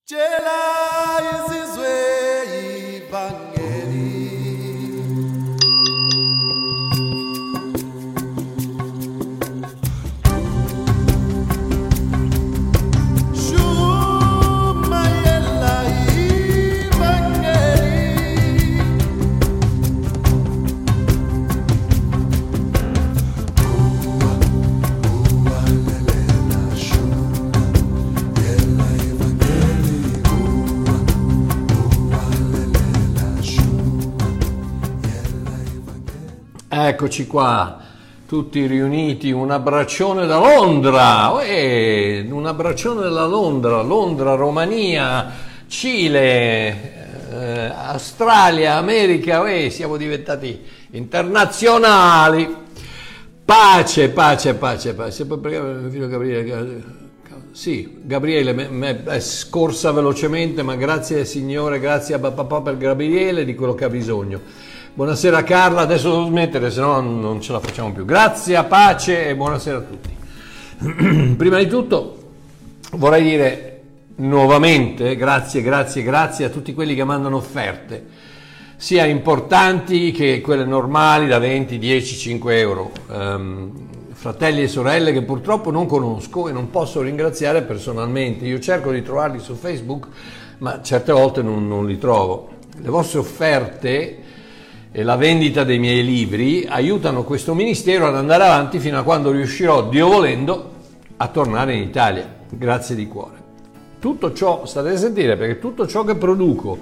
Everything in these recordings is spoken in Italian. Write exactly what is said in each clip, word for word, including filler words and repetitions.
Eccoci qua, tutti riuniti, un abbraccione da Londra, Uè, un abbraccione da Londra, Londra, Romania, Cile, eh, Australia, America, Uè, siamo diventati internazionali. Pace, pace, pace, pace. Mio figlio Gabriele, sì, Gabriele me è scorsa velocemente, ma grazie Signore, grazie a papà per Gabriele di quello che ha bisogno. Buonasera Carla, adesso devo smettere, se no non ce la facciamo più. Grazie, pace e buonasera a tutti. Prima di tutto vorrei dire nuovamente grazie, grazie, grazie a tutti quelli che mandano offerte, sia importanti che quelle normali da venti, dieci, cinque euro. Um, fratelli e sorelle che purtroppo non conosco e non posso ringraziare personalmente. Io cerco di trovarli su Facebook, ma certe volte non, non li trovo. Le vostre offerte e la vendita dei miei libri aiutano questo ministero ad andare avanti fino a quando riuscirò, Dio volendo, a tornare in Italia. Grazie di cuore. Tutto ciò, state a sentire, perché tutto ciò che produco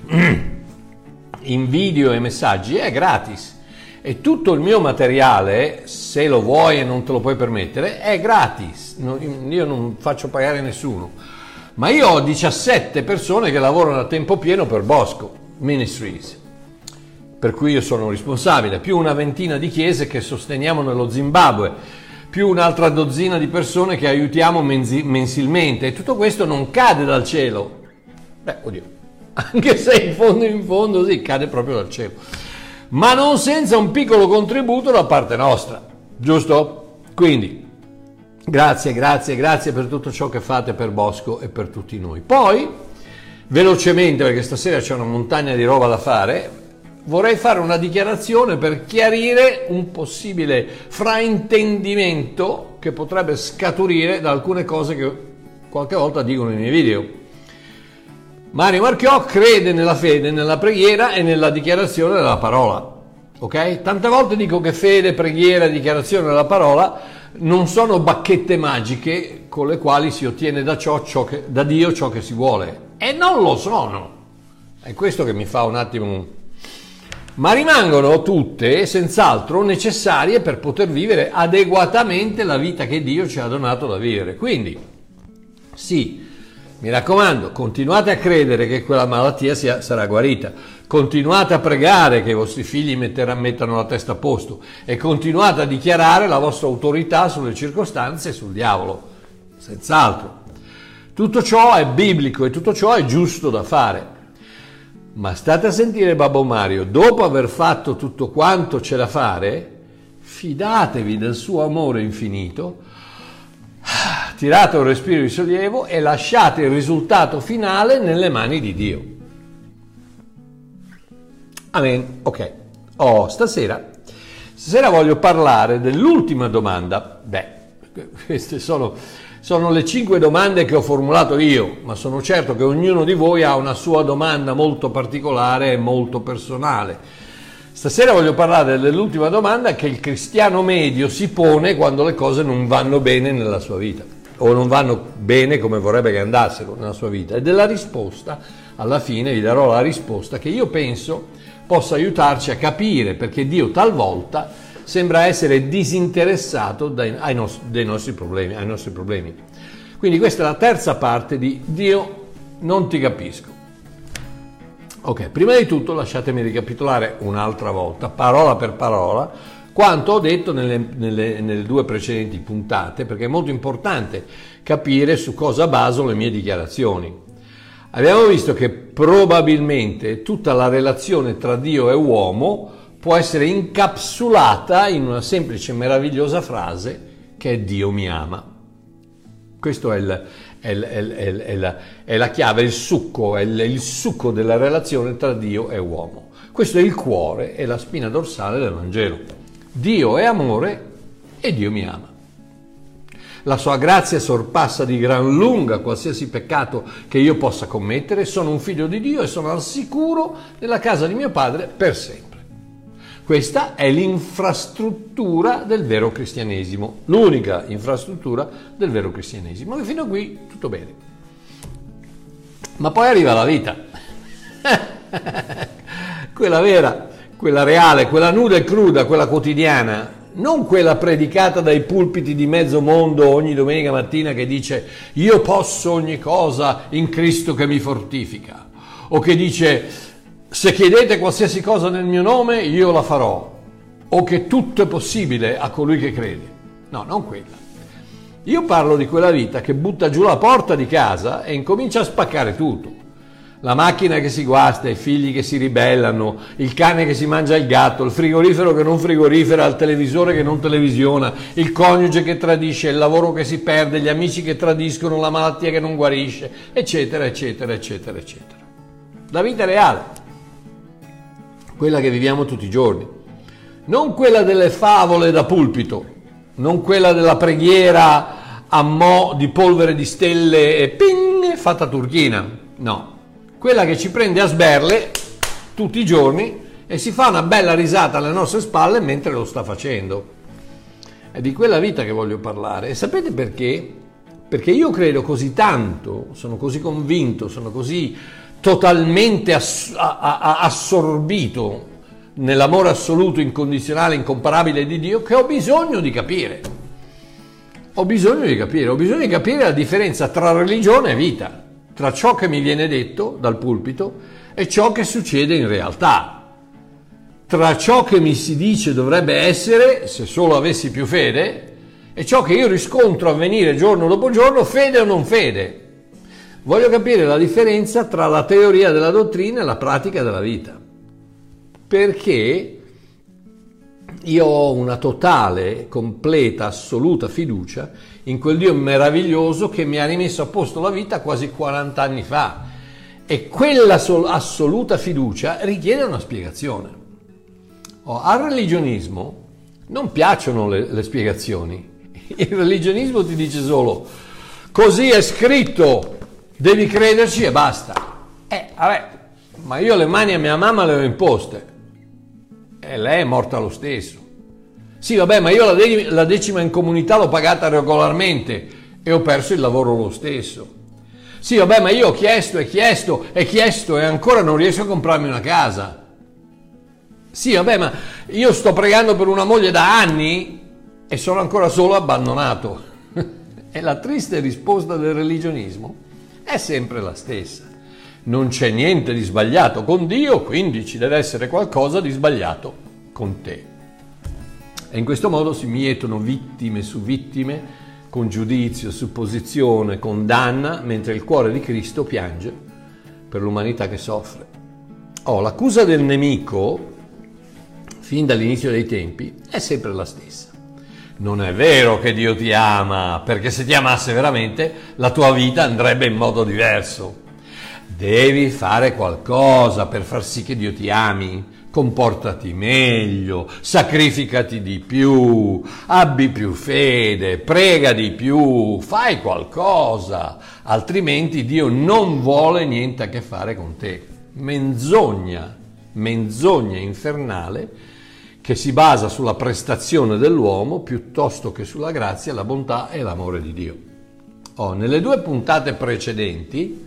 in video e messaggi è gratis e tutto il mio materiale, se lo vuoi e non te lo puoi permettere, è gratis. Io non faccio pagare nessuno, ma io ho diciassette persone che lavorano a tempo pieno per Bosco Ministries, per cui io sono responsabile, più una ventina di chiese che sosteniamo nello Zimbabwe, più un'altra dozzina di persone che aiutiamo mensilmente, e tutto questo non cade dal cielo. Beh, oddio, anche se in fondo in fondo sì, cade proprio dal cielo, ma non senza un piccolo contributo da parte nostra, giusto? Quindi, grazie, grazie, grazie per tutto ciò che fate per Bosco e per tutti noi. Poi, velocemente, perché stasera c'è una montagna di roba da fare, vorrei fare una dichiarazione per chiarire un possibile fraintendimento che potrebbe scaturire da alcune cose che qualche volta dicono nei miei video. Mario Marchiò crede nella fede, nella preghiera e nella dichiarazione della parola, ok? Tante volte dico che fede, preghiera e dichiarazione della parola non sono bacchette magiche con le quali si ottiene da, ciò, ciò che, da Dio ciò che si vuole, e non lo sono. È questo che mi fa un attimo... ma rimangono tutte senz'altro necessarie per poter vivere adeguatamente la vita che Dio ci ha donato da vivere. Quindi, sì, mi raccomando, continuate a credere che quella malattia sia, sarà guarita, continuate a pregare che i vostri figli metterà, mettano la testa a posto e continuate a dichiarare la vostra autorità sulle circostanze e sul diavolo, senz'altro. Tutto ciò è biblico e tutto ciò è giusto da fare. Ma state a sentire Babbo Mario, dopo aver fatto tutto quanto c'è da fare, fidatevi del suo amore infinito, tirate un respiro di sollievo e lasciate il risultato finale nelle mani di Dio. Amen. Ok. Oh, stasera, stasera voglio parlare dell'ultima domanda. Beh, queste sono... Sono le cinque domande che ho formulato io, ma sono certo che ognuno di voi ha una sua domanda molto particolare e molto personale. Stasera voglio parlare dell'ultima domanda che il cristiano medio si pone quando le cose non vanno bene nella sua vita, o non vanno bene come vorrebbe che andassero nella sua vita. E della risposta, alla fine vi darò la risposta che io penso possa aiutarci a capire perché Dio talvolta sembra essere disinteressato dai, ai nos- dei nostri problemi, ai nostri problemi. Quindi questa è la terza parte di Dio non ti capisco. Ok, prima di tutto lasciatemi ricapitolare un'altra volta, parola per parola, quanto ho detto nelle, nelle, nelle due precedenti puntate, perché è molto importante capire su cosa baso le mie dichiarazioni. Abbiamo visto che probabilmente tutta la relazione tra Dio e uomo può essere incapsulata in una semplice e meravigliosa frase che è Dio mi ama. Questo è il, è, è, è, è, la, è la chiave, il succo, è il, il succo della relazione tra Dio e uomo. Questo è il cuore e la spina dorsale del Vangelo. Dio è amore e Dio mi ama. La sua grazia sorpassa di gran lunga qualsiasi peccato che io possa commettere. Sono un figlio di Dio e sono al sicuro nella casa di mio padre per sempre. Questa è l'infrastruttura del vero cristianesimo, l'unica infrastruttura del vero cristianesimo. E fino a qui tutto bene. Ma poi arriva la vita. Quella vera, quella reale, quella nuda e cruda, quella quotidiana. Non quella predicata dai pulpiti di mezzo mondo ogni domenica mattina che dice io posso ogni cosa in Cristo che mi fortifica, o che dice se chiedete qualsiasi cosa nel mio nome io la farò, o che tutto è possibile a colui che crede. No, non quella. Io parlo di quella vita che butta giù la porta di casa e incomincia a spaccare tutto. La macchina che si guasta, i figli che si ribellano, il cane che si mangia il gatto, il frigorifero che non frigorifera, il televisore che non televisiona, il coniuge che tradisce, il lavoro che si perde, gli amici che tradiscono, la malattia che non guarisce, eccetera, eccetera, eccetera, eccetera. La vita reale, quella che viviamo tutti i giorni, non quella delle favole da pulpito, non quella della preghiera a mo' di polvere di stelle e ping, fatta turchina, no. Quella che ci prende a sberle tutti i giorni e si fa una bella risata alle nostre spalle mentre lo sta facendo. È di quella vita che voglio parlare. E sapete perché? Perché io credo così tanto, sono così convinto, sono così totalmente ass- a- a- assorbito nell'amore assoluto, incondizionale, incomparabile di Dio, che ho bisogno di capire. Ho bisogno di capire, ho bisogno di capire la differenza tra religione e vita, tra ciò che mi viene detto dal pulpito e ciò che succede in realtà, tra ciò che mi si dice dovrebbe essere, se solo avessi più fede, e ciò che io riscontro avvenire giorno dopo giorno, fede o non fede. Voglio capire la differenza tra la teoria della dottrina e la pratica della vita, perché io ho una totale, completa, assoluta fiducia in quel Dio meraviglioso che mi ha rimesso a posto la vita quasi quaranta anni fa, e quella sol- assoluta fiducia richiede una spiegazione. Oh, al religionismo non piacciono le, le spiegazioni. Il religionismo ti dice solo così è scritto, devi crederci e basta. Eh, vabbè, ma io le mani a mia mamma le ho imposte e lei è morta lo stesso. Sì, vabbè, ma io la, de- la decima in comunità l'ho pagata regolarmente e ho perso il lavoro lo stesso. Sì, vabbè, ma io ho chiesto e chiesto e chiesto e ancora non riesco a comprarmi una casa. Sì, vabbè, ma io sto pregando per una moglie da anni e sono ancora solo abbandonato. E la triste risposta del religionismo è sempre la stessa. Non c'è niente di sbagliato con Dio, quindi ci deve essere qualcosa di sbagliato con te. E in questo modo si mietono vittime su vittime, con giudizio, supposizione, condanna, mentre il cuore di Cristo piange per l'umanità che soffre. Oh, l'accusa del nemico, fin dall'inizio dei tempi, è sempre la stessa. Non è vero che Dio ti ama, perché se ti amasse veramente, la tua vita andrebbe in modo diverso. Devi fare qualcosa per far sì che Dio ti ami. Comportati meglio, sacrificati di più, abbi più fede, prega di più, fai qualcosa, altrimenti Dio non vuole niente a che fare con te. Menzogna, menzogna infernale che si basa sulla prestazione dell'uomo piuttosto che sulla grazia, la bontà e l'amore di Dio. Oh, nelle due puntate precedenti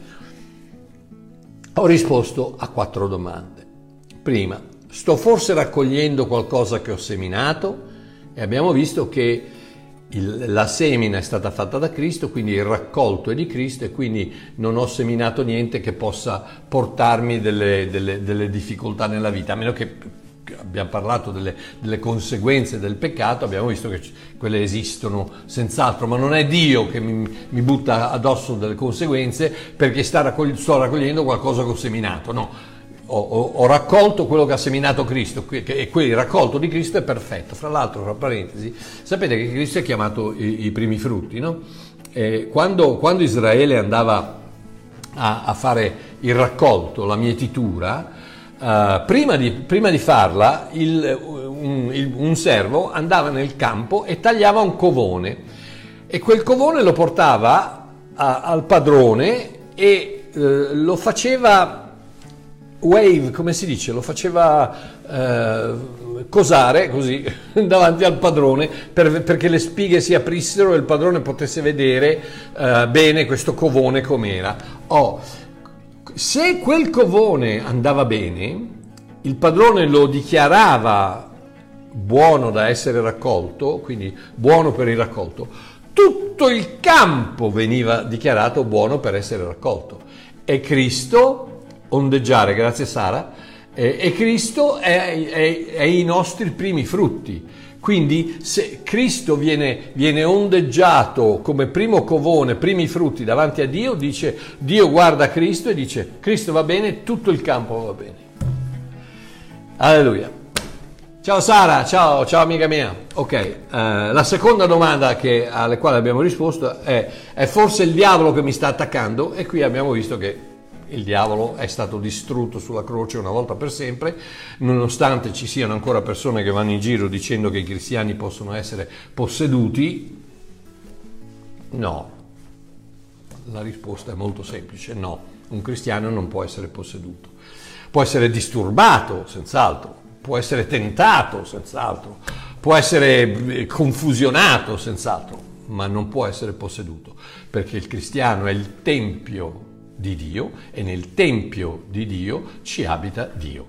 ho risposto a quattro domande. Prima, sto forse raccogliendo qualcosa che ho seminato? E abbiamo visto che il, la semina è stata fatta da Cristo, quindi il raccolto è di Cristo e quindi non ho seminato niente che possa portarmi delle, delle, delle difficoltà nella vita, a meno che abbiamo parlato delle, delle conseguenze del peccato, abbiamo visto che quelle esistono senz'altro, ma non è Dio che mi, mi butta addosso delle conseguenze perché sta raccogli, sto raccogliendo qualcosa che ho seminato, no. Ho, ho, ho raccolto quello che ha seminato Cristo e quel raccolto di Cristo è perfetto. Fra l'altro, fra parentesi, sapete che Cristo è chiamato i, i primi frutti, no? eh, quando, quando Israele andava a, a fare il raccolto, la mietitura, eh, prima, di, prima di farla il, un, il, un servo andava nel campo e tagliava un covone, e quel covone lo portava a, al padrone e eh, lo faceva wave, come si dice, lo faceva eh, cosare così davanti al padrone per, perché le spighe si aprissero e il padrone potesse vedere eh, bene questo covone com'era. Oh, se quel covone andava bene, il padrone lo dichiarava buono da essere raccolto, quindi buono per il raccolto, tutto il campo veniva dichiarato buono per essere raccolto. E Cristo ondeggiare, grazie Sara, eh, e Cristo è, è, è i nostri primi frutti. Quindi se Cristo viene, viene ondeggiato come primo covone, primi frutti davanti a Dio, dice, Dio guarda Cristo e dice, Cristo va bene, tutto il campo va bene. Alleluia. Ciao Sara, ciao, ciao amica mia. Ok, eh, la seconda domanda che, alle quali abbiamo risposto è, è forse il diavolo che mi sta attaccando? E qui abbiamo visto che il diavolo è stato distrutto sulla croce una volta per sempre, nonostante ci siano ancora persone che vanno in giro dicendo che i cristiani possono essere posseduti. No, la risposta è molto semplice, no, un cristiano non può essere posseduto. Può essere disturbato, senz'altro, può essere tentato, senz'altro, può essere confusionato, senz'altro, ma non può essere posseduto, perché il cristiano è il tempio di Dio e nel tempio di Dio ci abita Dio.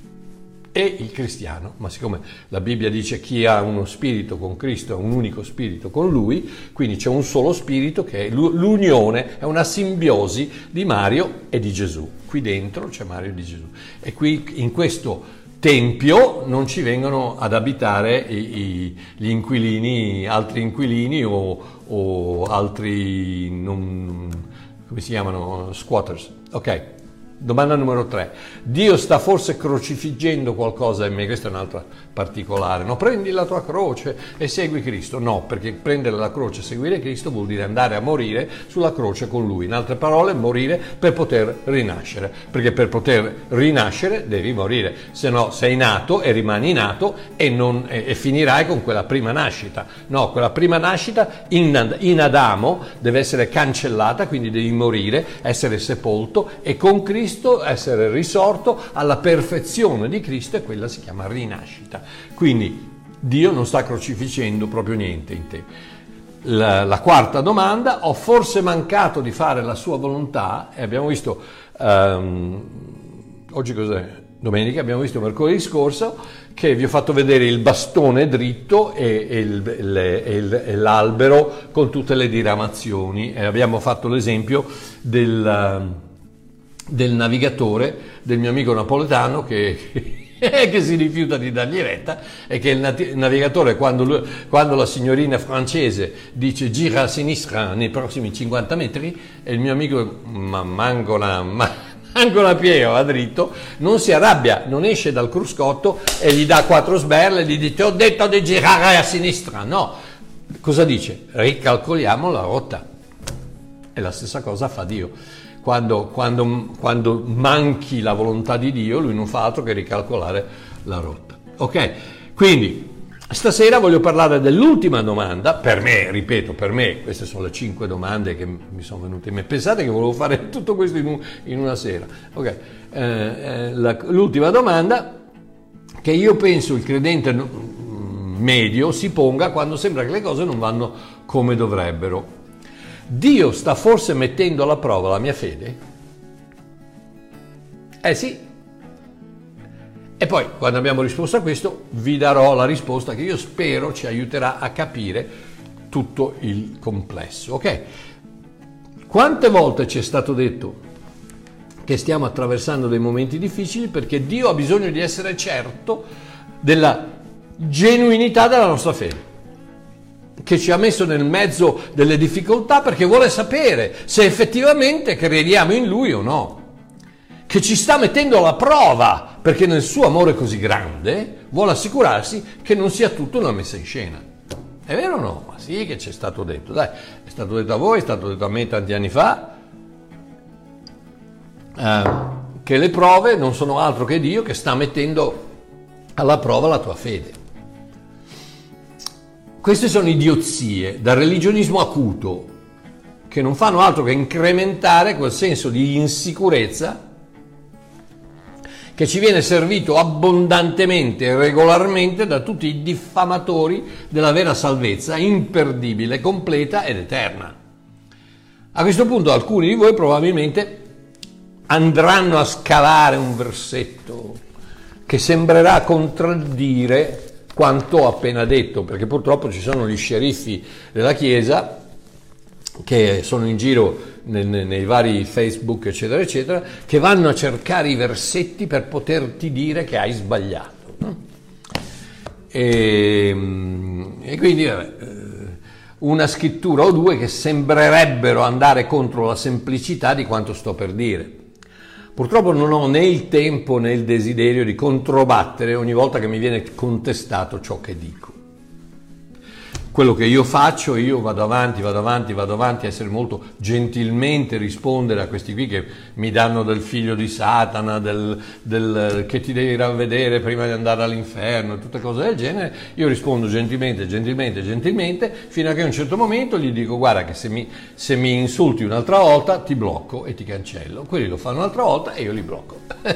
E il cristiano, ma siccome la Bibbia dice chi ha uno spirito con Cristo ha un unico spirito con Lui, quindi c'è un solo spirito che è l'unione, è una simbiosi di Mario e di Gesù. Qui dentro c'è Mario e di Gesù. E qui in questo tempio non ci vengono ad abitare i, i, gli inquilini, altri inquilini o, o altri non... come si chiamano? Squatters. Ok, domanda numero tre. Dio sta forse crocifiggendo qualcosa in me? Questa è un'altra particolare. No, prendi la tua croce e segui Cristo. No, perché prendere la croce e seguire Cristo vuol dire andare a morire sulla croce con Lui. In altre parole, morire per poter rinascere. Perché per poter rinascere devi morire. Se no sei nato e rimani nato e, non, e, e finirai con quella prima nascita. No, quella prima nascita in, in Adamo deve essere cancellata, quindi devi morire, essere sepolto e con Cristo essere risorto alla perfezione di Cristo, e quella si chiama rinascita. Quindi Dio non sta crocifigendo proprio niente in te. La, la quarta domanda: ho forse mancato di fare la sua volontà? E abbiamo visto um, oggi cos'è? Domenica, abbiamo visto mercoledì scorso che vi ho fatto vedere il bastone dritto e, e, il, le, e, il, e l'albero con tutte le diramazioni, e abbiamo fatto l'esempio del, del navigatore, del mio amico napoletano che che si rifiuta di dargli retta, e che il, nat- il navigatore, quando, lui, quando la signorina francese dice gira a sinistra nei prossimi cinquanta metri, e il mio amico ma mangola, ma, mangola piega, va dritto, non si arrabbia, non esce dal cruscotto e gli dà quattro sberle e gli dice ho detto di girare a sinistra. No, cosa dice? Ricalcoliamo la rotta. E la stessa cosa fa Dio. Quando, quando, quando manchi la volontà di Dio, lui non fa altro che ricalcolare la rotta. Ok? Quindi, stasera voglio parlare dell'ultima domanda. Per me, ripeto, per me, queste sono le cinque domande che mi sono venute in mente. Pensate che volevo fare tutto questo in, un, in una sera. Ok? Eh, eh, la, l'ultima domanda che io penso il credente medio si ponga quando sembra che le cose non vanno come dovrebbero. Dio sta forse mettendo alla prova la mia fede? Eh sì. E poi, quando abbiamo risposto a questo, vi darò la risposta che io spero ci aiuterà a capire tutto il complesso. Ok? Quante volte ci è stato detto che stiamo attraversando dei momenti difficili perché Dio ha bisogno di essere certo della genuinità della nostra fede, che ci ha messo nel mezzo delle difficoltà perché vuole sapere se effettivamente crediamo in Lui o no, che ci sta mettendo alla prova perché nel suo amore così grande vuole assicurarsi che non sia tutto una messa in scena. È vero o no? Ma sì che c'è stato detto, dai, è stato detto a voi, è stato detto a me tanti anni fa, eh, che le prove non sono altro che Dio che sta mettendo alla prova la tua fede. Queste sono idiozie da religionismo acuto, che non fanno altro che incrementare quel senso di insicurezza che ci viene servito abbondantemente e regolarmente da tutti i diffamatori della vera salvezza, imperdibile, completa ed eterna. A questo punto alcuni di voi probabilmente andranno a scalare un versetto che sembrerà contraddire quanto ho appena detto, perché purtroppo ci sono gli sceriffi della Chiesa che sono in giro nei, nei vari Facebook eccetera eccetera, che vanno a cercare i versetti per poterti dire che hai sbagliato, no? e, e quindi vabbè, una scrittura o due che sembrerebbero andare contro la semplicità di quanto sto per dire. Purtroppo non ho né il tempo né il desiderio di controbattere ogni volta che mi viene contestato ciò che dico. Quello che io faccio, io vado avanti, vado avanti, vado avanti, a essere molto gentilmente rispondere a questi qui che mi danno del figlio di Satana, del, del che ti devi ravvedere prima di andare all'inferno, tutte cose del genere. Io rispondo gentilmente, gentilmente, gentilmente, fino a che a un certo momento gli dico: guarda che se mi, se mi insulti un'altra volta ti blocco e ti cancello. Quelli lo fanno un'altra volta e io li blocco.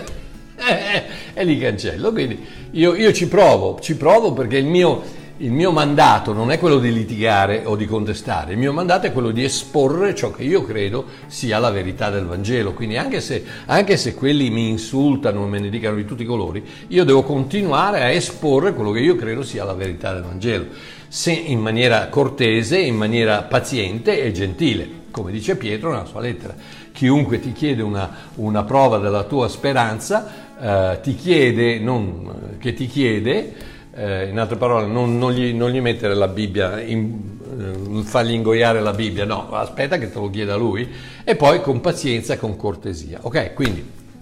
E li cancello. Quindi io, io ci provo, ci provo perché il mio... Il mio mandato non è quello di litigare o di contestare, il mio mandato è quello di esporre ciò che io credo sia la verità del Vangelo. Quindi anche se, anche se quelli mi insultano, me ne dicano di tutti i colori, io devo continuare a esporre quello che io credo sia la verità del Vangelo, se in maniera cortese, in maniera paziente e gentile, come dice Pietro nella sua lettera. Chiunque ti chiede una, una prova della tua speranza, eh, ti chiede, non che ti chiede, Eh, in altre parole, non, non, gli, non gli mettere la Bibbia, in, eh, fargli ingoiare la Bibbia, no, aspetta che te lo chieda lui, e poi con pazienza e con cortesia. Ok, quindi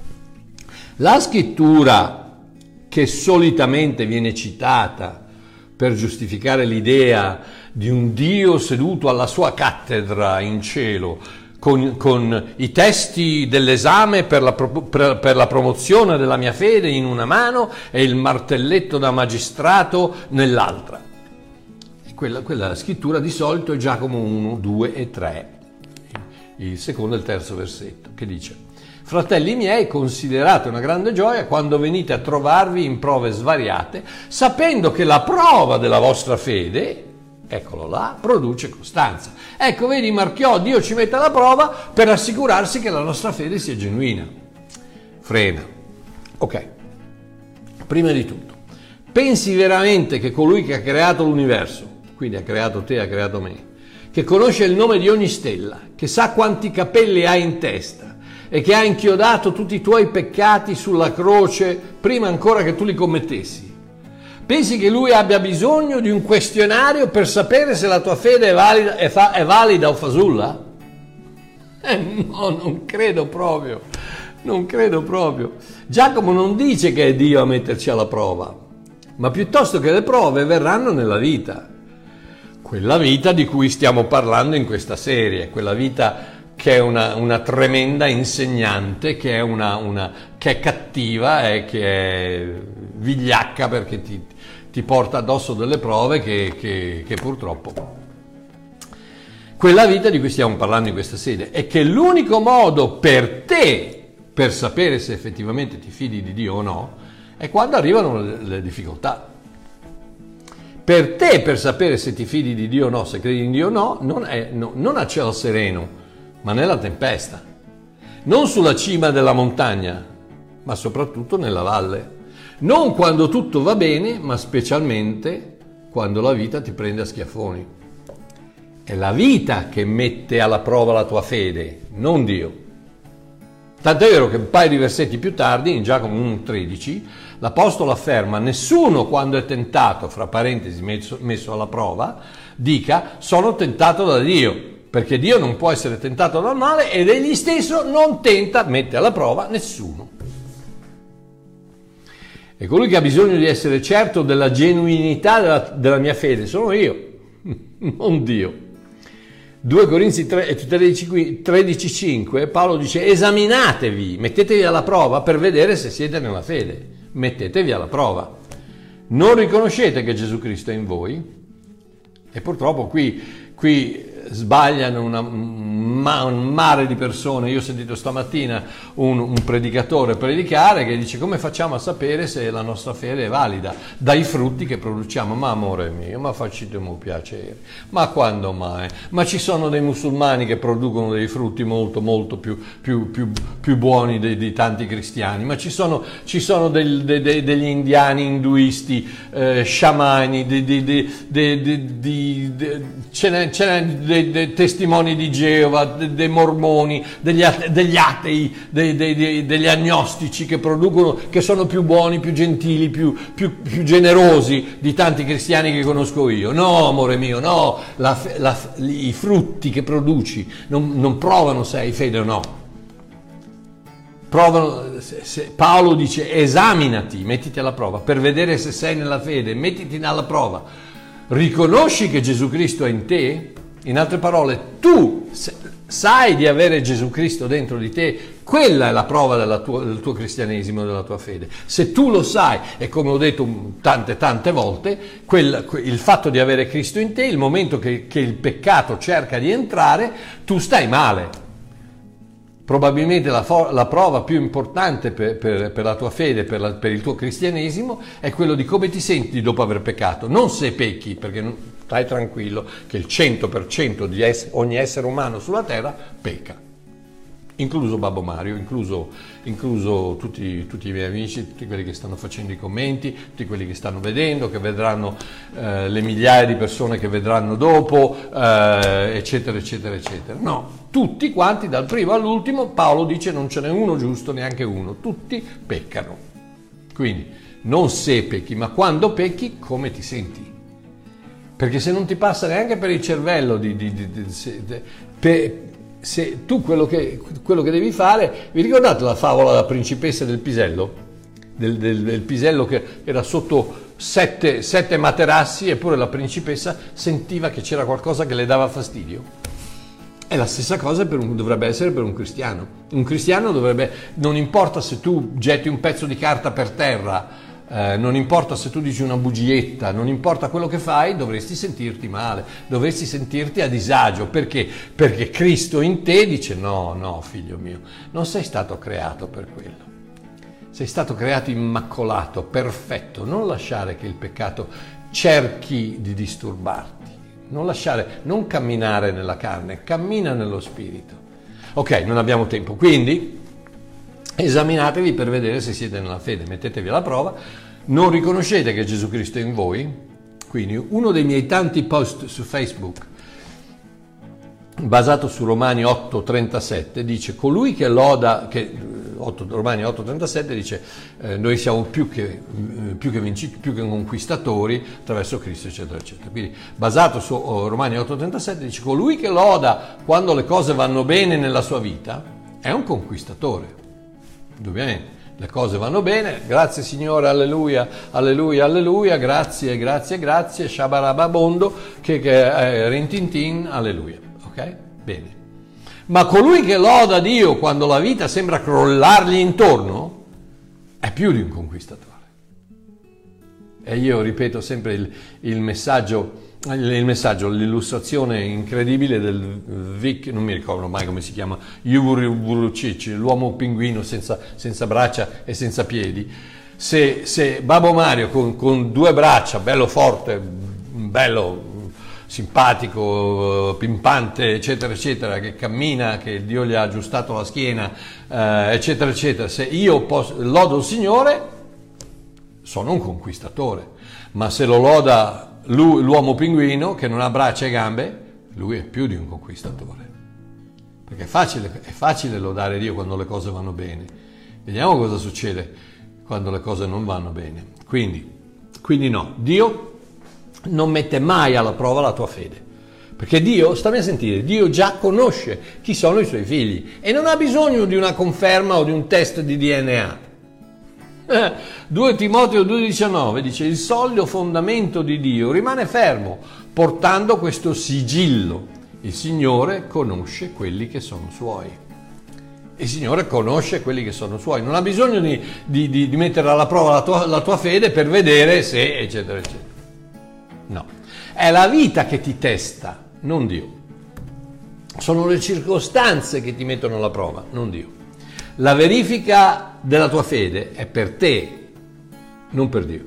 la scrittura che solitamente viene citata per giustificare l'idea di un Dio seduto alla sua cattedra in cielo, Con, con i testi dell'esame per la, per, per la promozione della mia fede in una mano e il martelletto da magistrato nell'altra. Quella, quella scrittura di solito è Giacomo uno, due e tre, il secondo e il terzo versetto, che dice: fratelli miei, considerate una grande gioia quando venite a trovarvi in prove svariate, sapendo che la prova della vostra fede, eccolo là, produce costanza. Ecco, vedi Marchiò, Dio ci mette alla prova per assicurarsi che la nostra fede sia genuina. Frena. Ok, prima di tutto, pensi veramente che colui che ha creato l'universo, quindi ha creato te, ha creato me, che conosce il nome di ogni stella, che sa quanti capelli hai in testa e che ha inchiodato tutti i tuoi peccati sulla croce prima ancora che tu li commettessi, pensi che lui abbia bisogno di un questionario per sapere se la tua fede è valida, è fa, è valida o fasulla? Eh, no, non credo proprio, non credo proprio. Giacomo non dice che è Dio a metterci alla prova, ma piuttosto che le prove verranno nella vita. Quella vita di cui stiamo parlando in questa serie, quella vita che è una, una tremenda insegnante, che è, una, una, che è cattiva e che è vigliacca perché ti, ti porta addosso delle prove che, che, che purtroppo... Quella vita di cui stiamo parlando in questa sede è che l'unico modo per te per sapere se effettivamente ti fidi di Dio o no è quando arrivano le, le difficoltà. Per te per sapere se ti fidi di Dio o no, se credi in Dio o no, non, è, no, non a cielo sereno, ma nella tempesta, non sulla cima della montagna, ma soprattutto nella valle, non quando tutto va bene, ma specialmente quando la vita ti prende a schiaffoni. È la vita che mette alla prova la tua fede, non Dio. Tant'è vero che un paio di versetti più tardi, in Giacomo uno tredici, l'Apostolo afferma: nessuno quando è tentato, fra parentesi messo, messo alla prova, dica sono tentato da Dio, perché Dio non può essere tentato dal male ed egli stesso non tenta, mette alla prova nessuno. E colui che ha bisogno di essere certo della genuinità della, della mia fede sono io. non Dio. due Corinzi tredici cinque, Paolo dice: esaminatevi, mettetevi alla prova per vedere se siete nella fede. Mettetevi alla prova. Non riconoscete che Gesù Cristo è in voi? E purtroppo qui, qui sbagliano una, ma, un mare di persone. Io ho sentito stamattina un, un predicatore predicare che dice: come facciamo a sapere se la nostra fede è valida? Dai frutti che produciamo. Ma amore mio, ma facciamo piacere, ma quando mai? Ma ci sono dei musulmani che producono dei frutti molto molto più, più, più, più buoni di, di tanti cristiani, ma ci sono, ci sono del, de, de, degli indiani, induisti, eh, sciamani, di, di, di, di, di, di, di, ce n'è, ce n'è dei, dei testimoni di Geova, dei, dei mormoni, degli, degli atei, dei, dei, dei, degli agnostici che producono, che sono più buoni, più gentili, più, più, più generosi di tanti cristiani che conosco io. No, amore mio, no, la, la, i frutti che produci non, non provano se hai fede o no. Provano, se, se, Paolo dice: esaminati, mettiti alla prova per vedere se sei nella fede, mettiti alla prova. Riconosci che Gesù Cristo è in te? In altre parole, tu sai di avere Gesù Cristo dentro di te, quella è la prova della tua, del tuo cristianesimo, della tua fede. Se tu lo sai, e come ho detto tante tante volte, quel, il fatto di avere Cristo in te, il momento che, che il peccato cerca di entrare, tu stai male. Probabilmente la, for- la prova più importante per, per, per la tua fede, per, la, per il tuo cristianesimo, è quello di come ti senti dopo aver peccato. Non se pecchi, perché non, stai tranquillo che il cento per cento di ess- ogni essere umano sulla terra pecca, incluso Babbo Mario, incluso, incluso tutti, tutti i miei amici, tutti quelli che stanno facendo i commenti, tutti quelli che stanno vedendo, che vedranno eh, le migliaia di persone che vedranno dopo, eh, eccetera, eccetera, eccetera. No, tutti quanti, dal primo all'ultimo, Paolo dice: non ce n'è uno giusto, neanche uno, tutti peccano. Quindi, non se pecchi, ma quando pecchi, come ti senti? Perché se non ti passa neanche per il cervello di... di, di, di se, de, per, se tu quello che, quello che devi fare, vi ricordate la favola della principessa del pisello? Del, del, del pisello che era sotto sette, sette materassi, eppure la principessa sentiva che c'era qualcosa che le dava fastidio. È la stessa cosa per un, dovrebbe essere per un cristiano. Un cristiano dovrebbe, non importa se tu getti un pezzo di carta per terra, Eh, non importa se tu dici una bugietta, non importa quello che fai, dovresti sentirti male, dovresti sentirti a disagio. Perché? Perché Cristo in te dice: no, no, figlio mio, non sei stato creato per quello. Sei stato creato immacolato, perfetto. Non lasciare che il peccato cerchi di disturbarti. Non lasciare, non camminare nella carne, cammina nello spirito. Ok, non abbiamo tempo, quindi esaminatevi per vedere se siete nella fede, mettetevi alla prova. Non riconoscete che Gesù Cristo è in voi? Quindi uno dei miei tanti post su Facebook, basato su Romani otto trentasette, dice: colui che loda, che, otto, Romani otto trentasette dice eh, noi siamo più che, eh, più, che vinciti, più che conquistatori attraverso Cristo, eccetera, eccetera. Quindi basato su oh, Romani otto trentasette dice: colui che loda quando le cose vanno bene nella sua vita è un conquistatore. Indubbiamente le cose vanno bene, grazie Signore, alleluia, alleluia, alleluia, grazie, grazie, grazie, shabarababondo, che, che eh, rintintin, alleluia, ok? Bene. Ma colui che loda Dio quando la vita sembra crollargli intorno è più di un conquistatore. E io ripeto sempre il, il messaggio, il messaggio, l'illustrazione incredibile del Vic, non mi ricordo mai come si chiama, Yuvurucic, l'uomo pinguino senza, senza braccia e senza piedi. Se, se Babbo Mario con, con due braccia, bello forte, bello simpatico, pimpante, eccetera, eccetera, che cammina, che Dio gli ha aggiustato la schiena, eh, eccetera, eccetera, se io posso, lodo il Signore, sono un conquistatore. Ma se lo loda lui, l'uomo pinguino che non ha braccia e gambe, lui è più di un conquistatore. Perché è facile, è facile lodare Dio quando le cose vanno bene. Vediamo cosa succede quando le cose non vanno bene. Quindi, quindi no, Dio non mette mai alla prova la tua fede. Perché Dio, stammi a sentire, Dio già conosce chi sono i suoi figli e non ha bisogno di una conferma o di un test di D N A. due Timoteo due diciannove dice: il solido fondamento di Dio rimane fermo, portando questo sigillo. Il Signore conosce quelli che sono suoi. Il Signore conosce quelli che sono suoi. Non ha bisogno di, di, di, di mettere alla prova la tua, la tua fede per vedere se, eccetera, eccetera. No. È la vita che ti testa, non Dio. Sono le circostanze che ti mettono alla prova, non Dio. La verifica della tua fede è per te, non per Dio.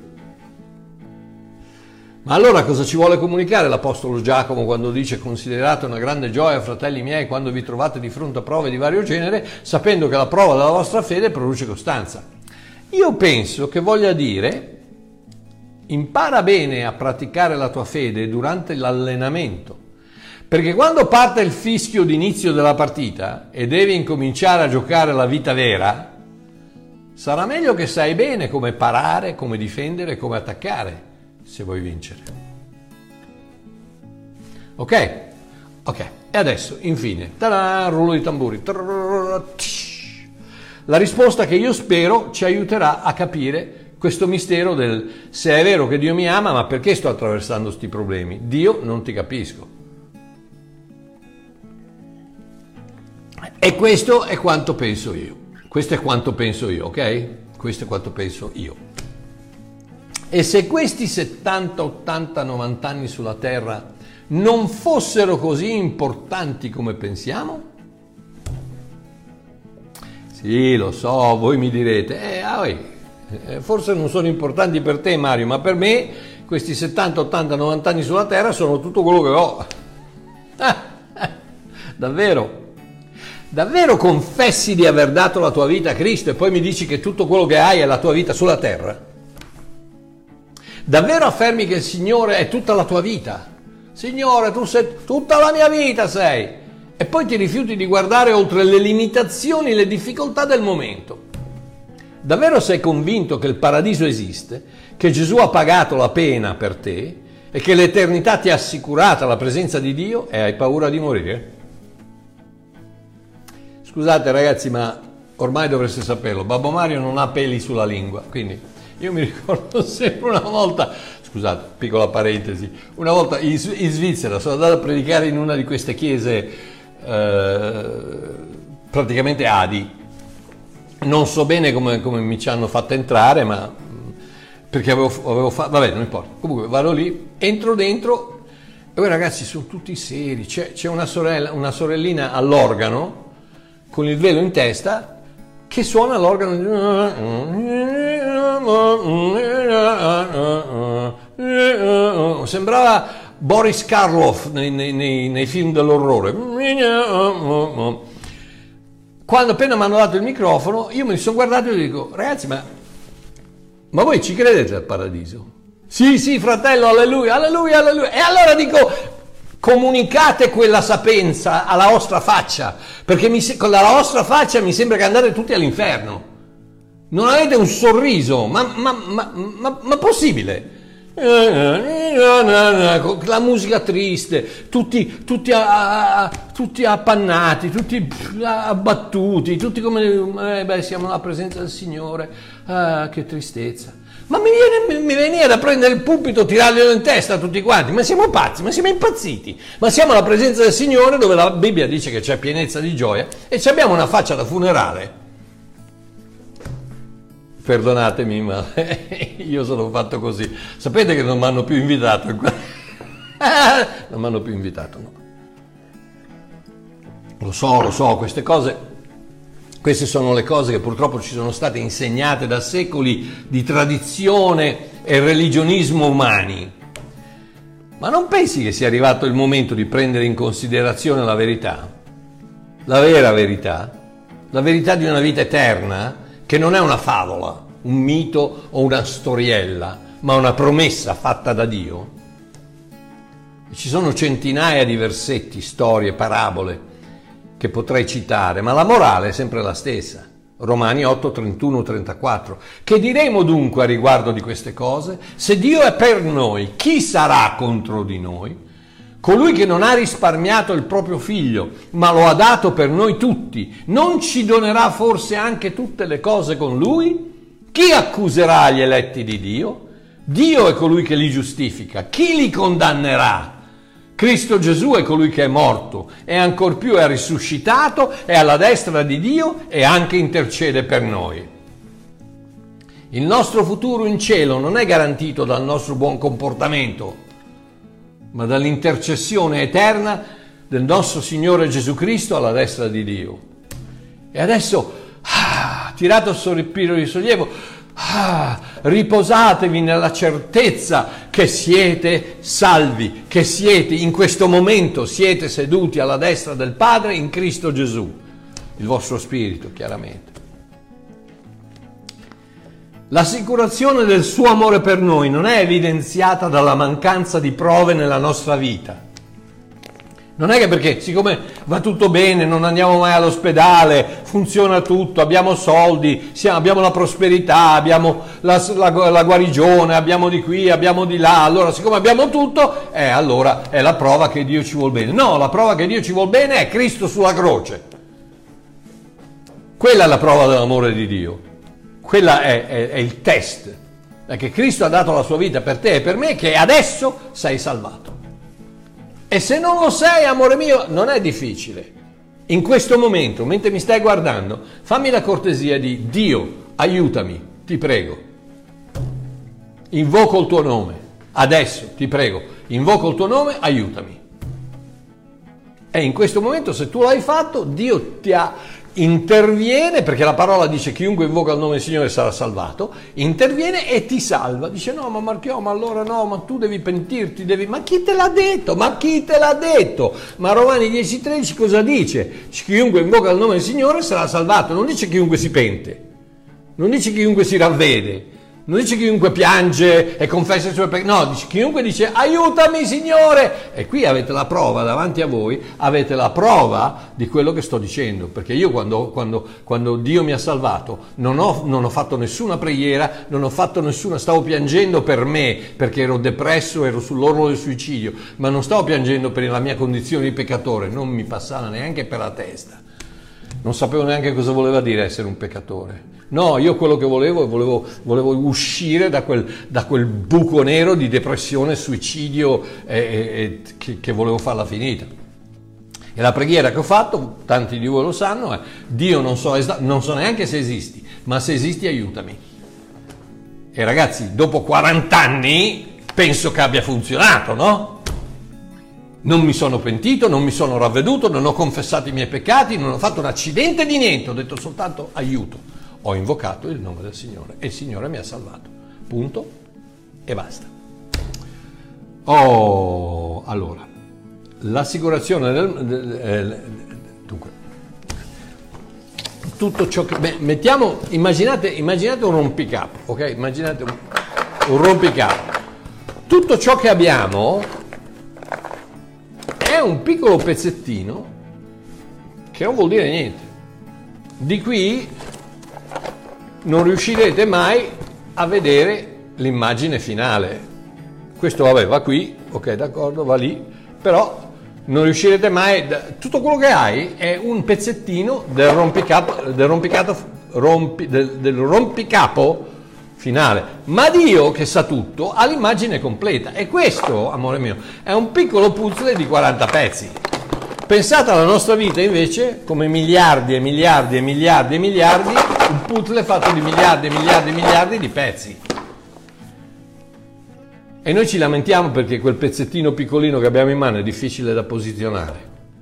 Ma allora cosa ci vuole comunicare l'Apostolo Giacomo quando dice: considerate una grande gioia, fratelli miei, quando vi trovate di fronte a prove di vario genere, sapendo che la prova della vostra fede produce costanza? Io penso che voglia dire: impara bene a praticare la tua fede durante l'allenamento, perché quando parte il fischio d'inizio della partita e devi incominciare a giocare la vita vera, sarà meglio che sai bene come parare, come difendere, come attaccare, se vuoi vincere. Ok? Ok. E adesso, infine, tada, rullo di tamburi. La risposta che io spero ci aiuterà a capire questo mistero del: se è vero che Dio mi ama, ma perché sto attraversando questi problemi? Dio, non ti capisco. E questo è quanto penso io. Questo è quanto penso io, ok? Questo è quanto penso io. E se questi settanta, ottanta, novanta anni sulla Terra non fossero così importanti come pensiamo? Sì, lo so, voi mi direte, eh, ah, eh, forse non sono importanti per te, Mario, ma per me questi settanta, ottanta, novanta anni sulla Terra sono tutto quello che ho. Davvero? Davvero confessi di aver dato la tua vita a Cristo e poi mi dici che tutto quello che hai è la tua vita sulla terra? Davvero affermi che il Signore è tutta la tua vita? Signore, tu sei tutta la mia vita, sei. E poi ti rifiuti di guardare oltre le limitazioni e le difficoltà del momento. Davvero sei convinto che il paradiso esiste, che Gesù ha pagato la pena per te e che l'eternità ti ha assicurata la presenza di Dio e hai paura di morire? Scusate ragazzi, ma ormai dovreste saperlo, Babbo Mario non ha peli sulla lingua, quindi io mi ricordo sempre una volta, scusate, piccola parentesi, una volta in, in Svizzera sono andato a predicare in una di queste chiese eh, praticamente Adi, non so bene come, come mi ci hanno fatto entrare, ma perché avevo, avevo fatto, vabbè non importa, comunque vado lì, entro dentro e poi ragazzi sono tutti seri, c'è, c'è una, sorella, una sorellina all'organo con il velo in testa che suona l'organo, sembrava Boris Karloff nei, nei, nei, nei film dell'orrore. Quando appena mi hanno dato il microfono io mi sono guardato e dico: ragazzi, ma, ma voi ci credete al paradiso? Sì, sì fratello, alleluia, alleluia, alleluia. E allora dico: comunicate quella sapienza alla vostra faccia, perché mi, con la vostra faccia mi sembra che andate tutti all'inferno. Non avete un sorriso, ma, ma, ma, ma, ma possibile? La musica triste, tutti, tutti, a, a, tutti appannati, tutti abbattuti, tutti come eh, beh, siamo alla presenza del Signore, ah, che tristezza. Ma mi, viene, mi veniva da prendere il pulpito e tirarglielo in testa a tutti quanti. Ma siamo pazzi, ma siamo impazziti. Ma siamo alla presenza del Signore, dove la Bibbia dice che c'è pienezza di gioia, e ci abbiamo una faccia da funerale. Perdonatemi, ma io sono fatto così. Sapete che non mi hanno più invitato? Non mi hanno più invitato, no. Lo so, lo so, queste cose... Queste sono le cose che purtroppo ci sono state insegnate da secoli di tradizione e religionismo umani. Ma non pensi che sia arrivato il momento di prendere in considerazione la verità? La vera verità? La verità di una vita eterna, che non è una favola, un mito o una storiella, ma una promessa fatta da Dio? Ci sono centinaia di versetti, storie, parabole che potrei citare, ma la morale è sempre la stessa. Romani otto, trentuno, trentaquattro. Che diremo dunque a riguardo di queste cose? Se Dio è per noi, chi sarà contro di noi? Colui che non ha risparmiato il proprio figlio, ma lo ha dato per noi tutti, non ci donerà forse anche tutte le cose con lui? Chi accuserà gli eletti di Dio? Dio è colui che li giustifica. Chi li condannerà? Cristo Gesù è colui che è morto e ancor più è risuscitato, è alla destra di Dio e anche intercede per noi. Il nostro futuro in cielo non è garantito dal nostro buon comportamento, ma dall'intercessione eterna del nostro Signore Gesù Cristo alla destra di Dio. E adesso, ah, tirato il sospiro di sollievo, ah, riposatevi nella certezza che siete salvi, che siete in questo momento, siete seduti alla destra del Padre in Cristo Gesù, il vostro spirito chiaramente. L'assicurazione del suo amore per noi non è evidenziata dalla mancanza di prove nella nostra vita. Non è che perché, siccome va tutto bene, non andiamo mai all'ospedale, funziona tutto, abbiamo soldi, siamo, abbiamo la prosperità, abbiamo la, la, la guarigione, abbiamo di qui, abbiamo di là, allora siccome abbiamo tutto, eh, allora è la prova che Dio ci vuol bene. No, la prova che Dio ci vuol bene è Cristo sulla croce. Quella è la prova dell'amore di Dio. Quella è, è, è il test, è che Cristo ha dato la sua vita per te e per me, che adesso sei salvato. E se non lo sei, amore mio, non è difficile. In questo momento, mentre mi stai guardando, fammi la cortesia di Dio, aiutami, ti prego. Invoco il tuo nome, adesso ti prego, invoco il tuo nome, aiutami. E in questo momento, se tu l'hai fatto, Dio ti ha interviene, perché la parola dice chiunque invoca il nome del Signore sarà salvato, interviene e ti salva. Dice no, ma Marchio, ma allora no, ma tu devi pentirti, devi... ma chi te l'ha detto? Ma chi te l'ha detto? Ma Romani dieci tredici cosa dice? Chiunque invoca il nome del Signore sarà salvato, non dice chiunque si pente, non dice chiunque si ravvede, non dice chiunque piange e confessa i suoi peccati, no, dice chiunque dice aiutami Signore. E qui avete la prova davanti a voi, avete la prova di quello che sto dicendo, perché io quando, quando, quando Dio mi ha salvato non ho, non ho fatto nessuna preghiera, non ho fatto nessuna, stavo piangendo per me perché ero depresso, ero sull'orlo del suicidio, ma non stavo piangendo per la mia condizione di peccatore, non mi passava neanche per la testa. Non sapevo neanche cosa voleva dire essere un peccatore. No, io quello che volevo, volevo, volevo uscire da quel, da quel buco nero di depressione, suicidio e, e, che, che volevo farla finita. E la preghiera che ho fatto, tanti di voi lo sanno, è Dio non so, non so neanche se esisti, ma se esisti aiutami. E ragazzi, dopo quaranta anni penso che abbia funzionato, no? Non mi sono pentito, non mi sono ravveduto, non ho confessato i miei peccati, non ho fatto un accidente di niente, ho detto soltanto aiuto. Ho invocato il nome del Signore e il Signore mi ha salvato. Punto e basta. Oh, allora, l'assicurazione del... del eh, dunque, tutto ciò che... Beh, mettiamo, immaginate, immaginate un rompicapo, ok? Immaginate un, un rompicapo. Tutto ciò che abbiamo è un piccolo pezzettino che non vuol dire niente. Di qui non riuscirete mai a vedere l'immagine finale. Questo vabbè va qui, ok, d'accordo, va lì, però non riuscirete mai, tutto quello che hai è un pezzettino del rompicapo, del rompicapo, rompi, del, del rompicapo finale, ma Dio che sa tutto ha l'immagine completa e questo, amore mio, è un piccolo puzzle di quaranta pezzi. Pensate alla nostra vita invece come miliardi e miliardi e miliardi e miliardi, un puzzle fatto di miliardi e miliardi e miliardi di pezzi. E noi ci lamentiamo perché quel pezzettino piccolino che abbiamo in mano è difficile da posizionare.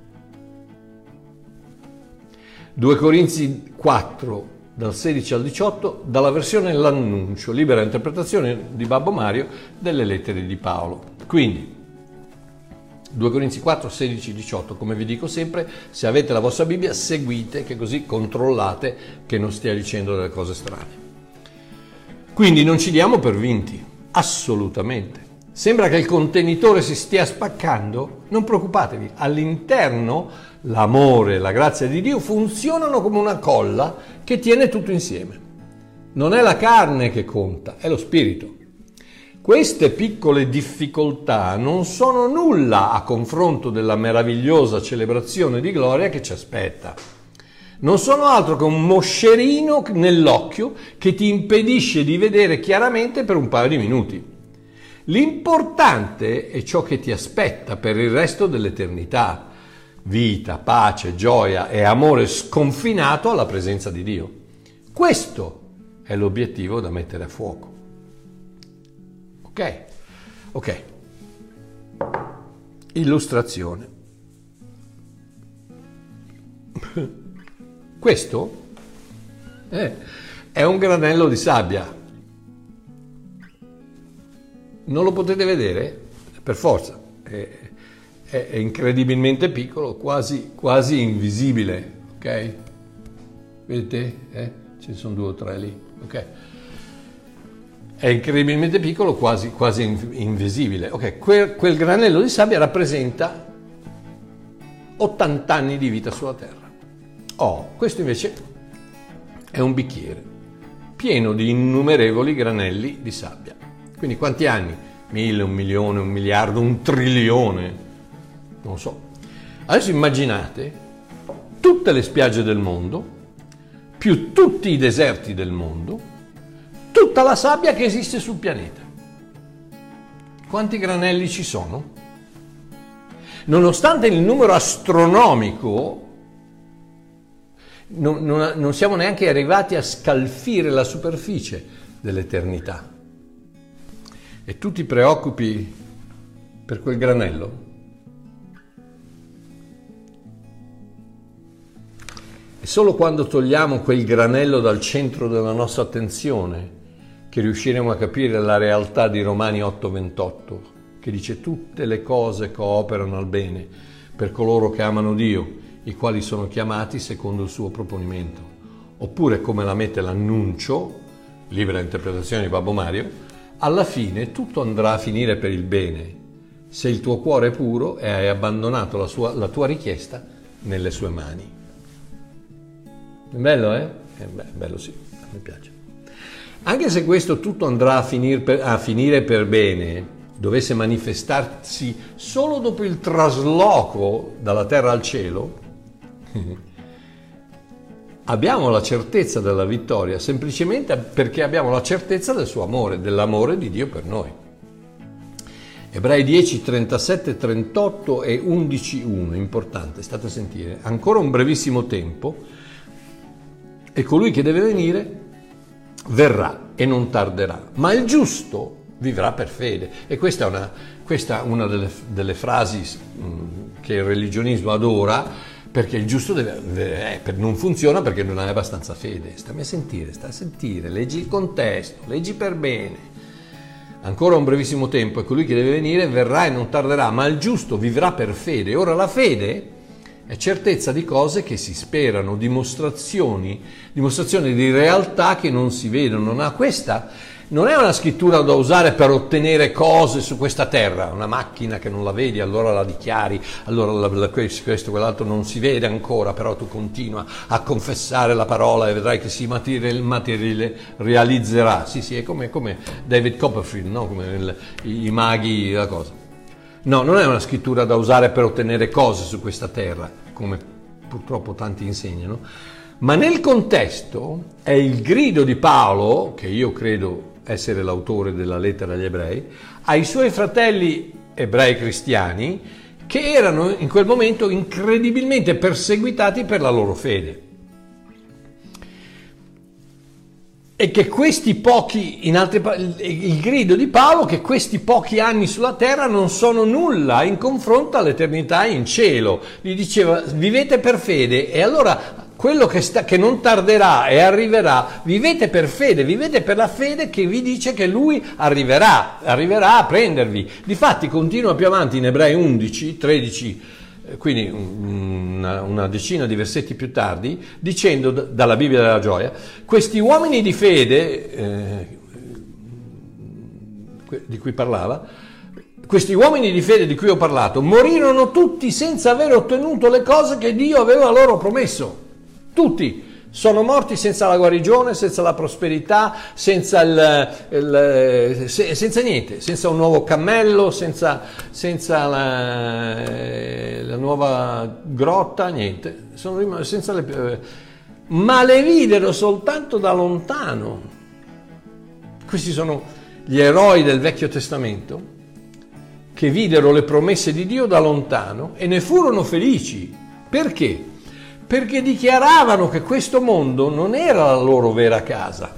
due Corinzi quattro, dal sedici al diciotto, dalla versione L'Annuncio, libera interpretazione di Babbo Mario delle lettere di Paolo. Quindi, due Corinzi quattro, sedici, diciotto, come vi dico sempre, se avete la vostra Bibbia seguite, che così controllate che non stia dicendo delle cose strane. Quindi non ci diamo per vinti, assolutamente. Sembra che il contenitore si stia spaccando? Non preoccupatevi, all'interno l'amore e la grazia di Dio funzionano come una colla che tiene tutto insieme. Non è la carne che conta, è lo spirito. Queste piccole difficoltà non sono nulla a confronto della meravigliosa celebrazione di gloria che ci aspetta. Non sono altro che un moscerino nell'occhio che ti impedisce di vedere chiaramente per un paio di minuti. L'importante è ciò che ti aspetta per il resto dell'eternità. Vita, pace, gioia e amore sconfinato alla presenza di Dio. Questo è l'obiettivo da mettere a fuoco. Ok? Ok. Illustrazione. Questo eh, è un granello di sabbia. Non lo potete vedere? Per forza. È, è, è incredibilmente piccolo, quasi, quasi invisibile. Ok? Vedete? Eh? Ce ne sono due o tre lì. Ok? È incredibilmente piccolo, quasi, quasi invisibile. Ok, quel, quel granello di sabbia rappresenta ottanta anni di vita sulla Terra. Oh, questo invece è un bicchiere pieno di innumerevoli granelli di sabbia. Quindi quanti anni? Mille, un milione, un miliardo, un trilione? Non so. Adesso immaginate tutte le spiagge del mondo, più tutti i deserti del mondo, tutta la sabbia che esiste sul pianeta. Quanti granelli ci sono? Nonostante il numero astronomico, non, non, non siamo neanche arrivati a scalfire la superficie dell'eternità. E tu ti preoccupi per quel granello? È solo quando togliamo quel granello dal centro della nostra attenzione che riusciremo a capire la realtà di Romani otto ventotto, che dice: tutte le cose cooperano al bene per coloro che amano Dio, i quali sono chiamati secondo il suo proponimento. Oppure, come la mette l'annuncio, libera interpretazione di Babbo Mario, alla fine tutto andrà a finire per il bene, se il tuo cuore è puro e hai abbandonato la, sua, la tua richiesta nelle sue mani. È bello, eh? È bello, sì, a me piace. Anche se questo tutto andrà a, finir per, a finire per bene, dovesse manifestarsi solo dopo il trasloco dalla terra al cielo, abbiamo la certezza della vittoria semplicemente perché abbiamo la certezza del suo amore, dell'amore di Dio per noi. Ebrei dieci, trentasette, trentotto e undici uno, importante, state a sentire. Ancora un brevissimo tempo e colui che deve venire verrà e non tarderà, ma il giusto vivrà per fede. E questa è una, questa è una delle, delle frasi mh, che il religionismo adora, perché il giusto deve, eh, non funziona perché non hai abbastanza fede. Stammi a sentire, stai a sentire, leggi il contesto, leggi per bene. Ancora un brevissimo tempo e colui che deve venire verrà e non tarderà, ma il giusto vivrà per fede. Ora la fede è certezza di cose che si sperano, dimostrazioni, dimostrazioni di realtà che non si vedono. Ma questa non è una scrittura da usare per ottenere cose su questa terra, una macchina che non la vedi, allora la dichiari, allora la, la, questo, quell'altro non si vede ancora, però tu continua a confessare la parola e vedrai che si materializzerà. Sì, sì, è come, come David Copperfield, no? Come il, i maghi, la cosa. No, non è una scrittura da usare per ottenere cose su questa terra, come purtroppo tanti insegnano, ma nel contesto è il grido di Paolo, che io credo essere l'autore della lettera agli ebrei, ai suoi fratelli ebrei cristiani che erano in quel momento incredibilmente perseguitati per la loro fede. E che questi pochi, in altre parole, il grido di Paolo, che questi pochi anni sulla terra non sono nulla in confronto all'eternità in cielo. Gli diceva: vivete per fede, e allora quello che, sta, che non tarderà e arriverà, vivete per fede, vivete per la fede che vi dice che lui arriverà, arriverà a prendervi. Difatti continua più avanti in Ebrei undici, tredici, quindi una, una decina di versetti più tardi, dicendo dalla Bibbia della Gioia: questi uomini di fede eh, di cui parlava, questi uomini di fede di cui ho parlato, morirono tutti senza aver ottenuto le cose che Dio aveva loro promesso. Tutti sono morti senza la guarigione, senza la prosperità, senza, il, il, senza niente, senza un nuovo cammello, senza, senza la, la nuova grotta, niente. Sono senza le, ma le videro soltanto da lontano. Questi sono gli eroi del Vecchio Testamento che videro le promesse di Dio da lontano e ne furono felici. Perché? Perché dichiaravano che questo mondo non era la loro vera casa.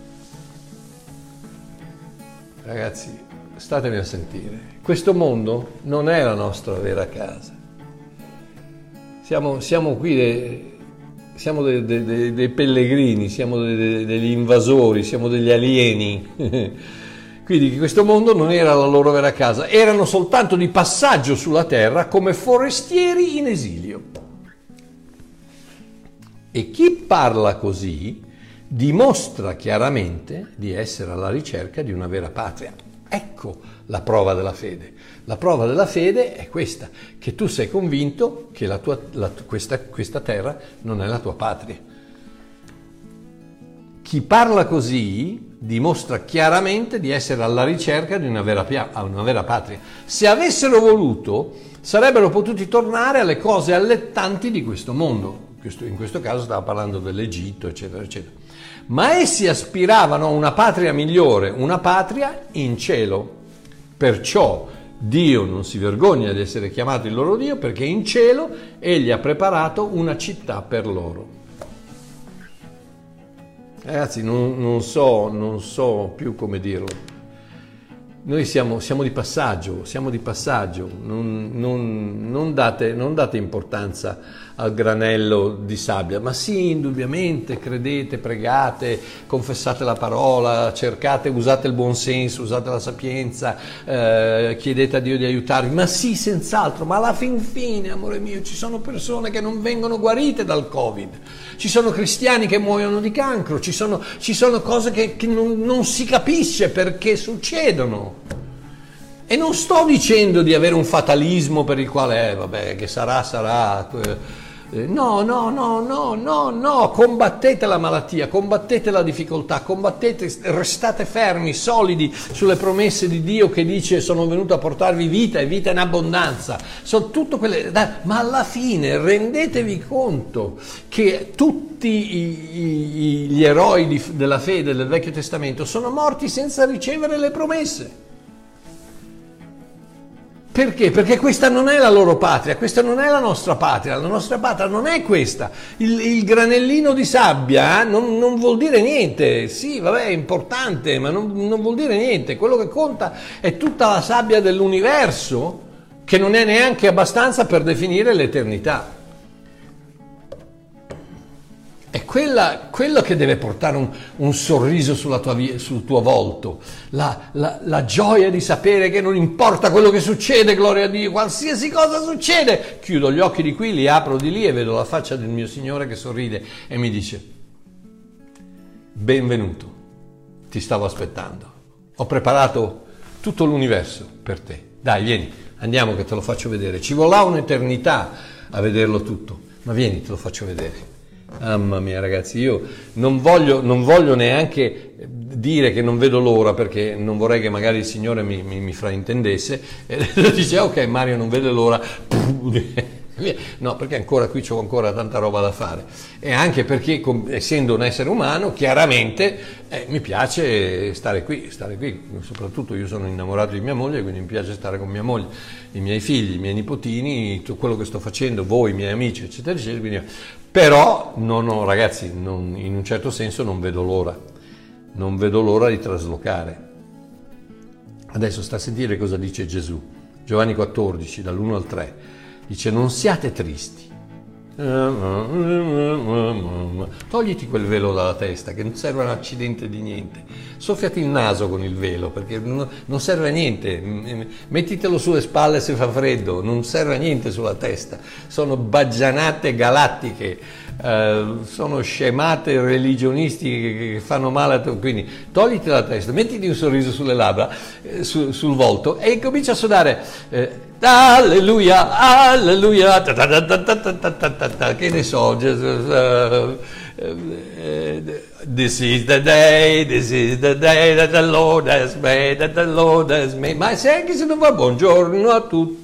Ragazzi, statemi a sentire. Questo mondo non è la nostra vera casa. Siamo, siamo qui, de, siamo dei, dei, dei pellegrini, siamo dei, degli invasori, siamo degli alieni. Quindi questo mondo non era la loro vera casa, erano soltanto di passaggio sulla terra come forestieri in esilio. E chi parla così dimostra chiaramente di essere alla ricerca di una vera patria. Ecco la prova della fede. La prova della fede è questa, che tu sei convinto che la tua, la, questa, questa terra non è la tua patria. Chi parla così dimostra chiaramente di essere alla ricerca di una vera, una vera patria. Se avessero voluto, sarebbero potuti tornare alle cose allettanti di questo mondo. In questo caso stava parlando dell'Egitto, eccetera, eccetera. Ma essi aspiravano a una patria migliore, una patria in cielo. Perciò Dio non si vergogna di essere chiamato il loro Dio, perché in cielo Egli ha preparato una città per loro. Ragazzi, non, non, so, non so più come dirlo. Noi siamo, siamo di passaggio, siamo di passaggio. Non, non, non, date, non date importanza al granello di sabbia, ma sì, indubbiamente, credete, pregate, confessate la parola, cercate, usate il buon senso, usate la sapienza, eh, chiedete a Dio di aiutarvi, ma sì, senz'altro, ma alla fin fine, amore mio, ci sono persone che non vengono guarite dal Covid, ci sono cristiani che muoiono di cancro, ci sono, ci sono cose che, che non, non si capisce perché succedono. E non sto dicendo di avere un fatalismo per il quale, eh, vabbè, che sarà, sarà. Eh, no, no, no, no, no, no, combattete la malattia, combattete la difficoltà, combattete, restate fermi, solidi sulle promesse di Dio che dice sono venuto a portarvi vita e vita in abbondanza. Sono tutto quelle, ma alla fine rendetevi conto che tutti i, i, gli eroi di, della fede del Vecchio Testamento sono morti senza ricevere le promesse. Perché? Perché questa non è la loro patria, questa non è la nostra patria, la nostra patria non è questa. Il, il granellino di sabbia eh, non, non vuol dire niente, sì, vabbè, è importante, ma non, non vuol dire niente. Quello che conta è tutta la sabbia dell'universo, che non è neanche abbastanza per definire l'eternità. È quella, quello che deve portare un, un sorriso sulla tua, sul tuo volto, la, la, la gioia di sapere che non importa quello che succede, gloria a Dio, qualsiasi cosa succede. Chiudo gli occhi di qui, li apro di lì e vedo la faccia del mio Signore che sorride e mi dice: benvenuto, ti stavo aspettando, ho preparato tutto l'universo per te, dai vieni, andiamo che te lo faccio vedere, ci vorrà un'eternità a vederlo tutto, ma vieni, te lo faccio vedere. Mamma mia ragazzi, io non voglio, non voglio neanche dire che non vedo l'ora, perché non vorrei che magari il Signore mi, mi, mi fraintendesse e dice ok Mario non vede l'ora, no, perché ancora qui c'ho ancora tanta roba da fare, e anche perché essendo un essere umano chiaramente eh, mi piace stare qui, stare qui, soprattutto io sono innamorato di mia moglie, quindi mi piace stare con mia moglie, i miei figli, i miei nipotini, tutto quello che sto facendo, voi, i miei amici, eccetera, eccetera, quindi, però no, no, ragazzi, non, in un certo senso non vedo l'ora, non vedo l'ora di traslocare. Adesso sta a sentire cosa dice Gesù, Giovanni quattordici, dall'uno al tre, dice: non siate tristi, togliti quel velo dalla testa che non serve a un accidente di niente, soffiati il naso con il velo perché non serve a niente, mettitelo sulle spalle se fa freddo, non serve a niente sulla testa, sono baggianate galattiche, Uh, sono scemate religionistiche che fanno male a te, quindi togliti la testa, mettiti un sorriso sulle labbra, eh, su, sul volto e comincia a suonare eh, alleluia, alleluia, ta ta ta ta ta ta ta ta ta, che ne so, just, uh, uh, this is the day, this is the day that the Lord has made, that the Lord has made, ma se anche se non va, buongiorno a tutti.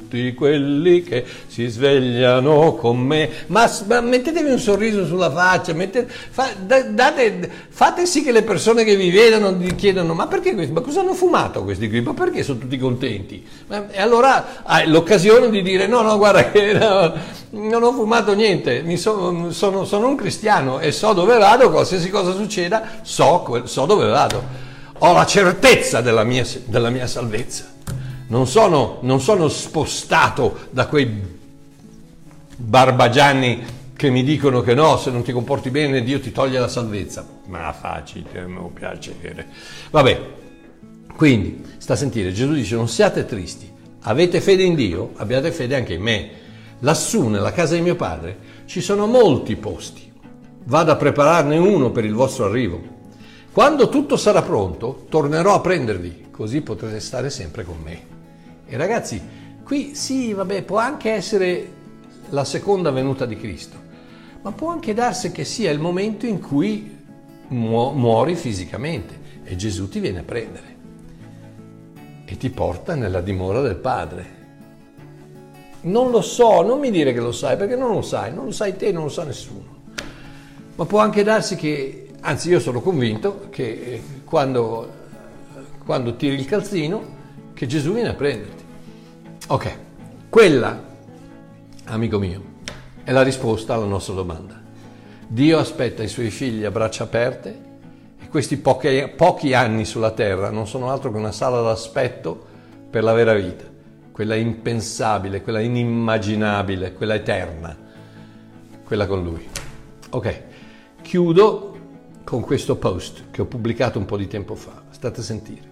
tutti quelli che si svegliano con me. Ma, ma mettetevi un sorriso sulla faccia, mettete, fa, date, fate sì che le persone che vi vedano vi chiedano: ma perché questi? Ma cosa hanno fumato questi qui? Ma perché sono tutti contenti? Ma, e allora hai l'occasione di dire: no, no, guarda che no, non ho fumato niente, mi so, sono, sono un cristiano e so dove vado, qualsiasi cosa succeda, so, so dove vado. Ho la certezza della mia, della mia salvezza. Non sono, non sono spostato da quei barbagianni che mi dicono che no, se non ti comporti bene Dio ti toglie la salvezza. Ma facile, mi piacere. Vabbè, quindi, sta a sentire, Gesù dice: non siate tristi, avete fede in Dio, abbiate fede anche in me. Lassù, nella casa di mio padre, ci sono molti posti. Vado a prepararne uno per il vostro arrivo. Quando tutto sarà pronto, tornerò a prendervi, così potrete stare sempre con me. E ragazzi, qui sì, vabbè, può anche essere la seconda venuta di Cristo, ma può anche darsi che sia il momento in cui mu- muori fisicamente e Gesù ti viene a prendere e ti porta nella dimora del Padre. Non lo so, non mi dire che lo sai, perché non lo sai, non lo sai te, non lo sa nessuno. Ma può anche darsi che, anzi io sono convinto che quando, quando tiri il calzino, che Gesù viene a prenderti. Ok, quella, amico mio, è la risposta alla nostra domanda. Dio aspetta i suoi figli a braccia aperte e questi pochi, pochi anni sulla terra non sono altro che una sala d'aspetto per la vera vita, quella impensabile, quella inimmaginabile, quella eterna, quella con Lui. Ok, chiudo con questo post che ho pubblicato un po' di tempo fa. State a sentire.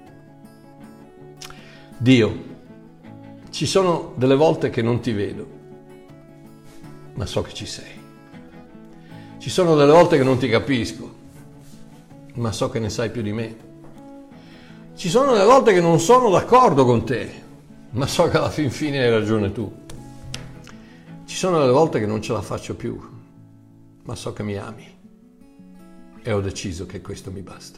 Dio, ci sono delle volte che non ti vedo, ma so che ci sei. Ci sono delle volte che non ti capisco, ma so che ne sai più di me. Ci sono delle volte che non sono d'accordo con te, ma so che alla fin fine hai ragione tu. Ci sono delle volte che non ce la faccio più, ma so che mi ami. E ho deciso che questo mi basta.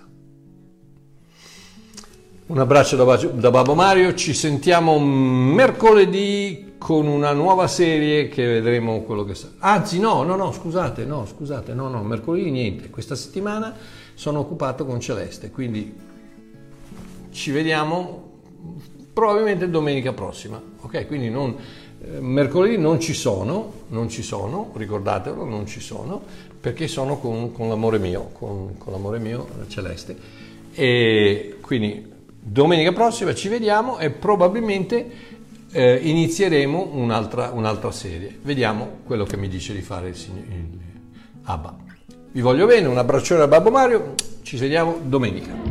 Un abbraccio da, da Babbo Mario, ci sentiamo mercoledì con una nuova serie che vedremo quello che sarà. Anzi no, no, no, scusate, no, scusate, no, no, mercoledì niente. Questa settimana sono occupato con Celeste, quindi ci vediamo probabilmente domenica prossima, ok? Quindi non, eh, mercoledì non ci sono, non ci sono, ricordatelo, non ci sono, perché sono con, con l'amore mio, con, con l'amore mio Celeste. E quindi domenica prossima ci vediamo e probabilmente eh, inizieremo un'altra, un'altra serie. Vediamo quello che mi dice di fare il signor il Abba. Vi voglio bene, un abbraccione a Babbo Mario, ci vediamo domenica.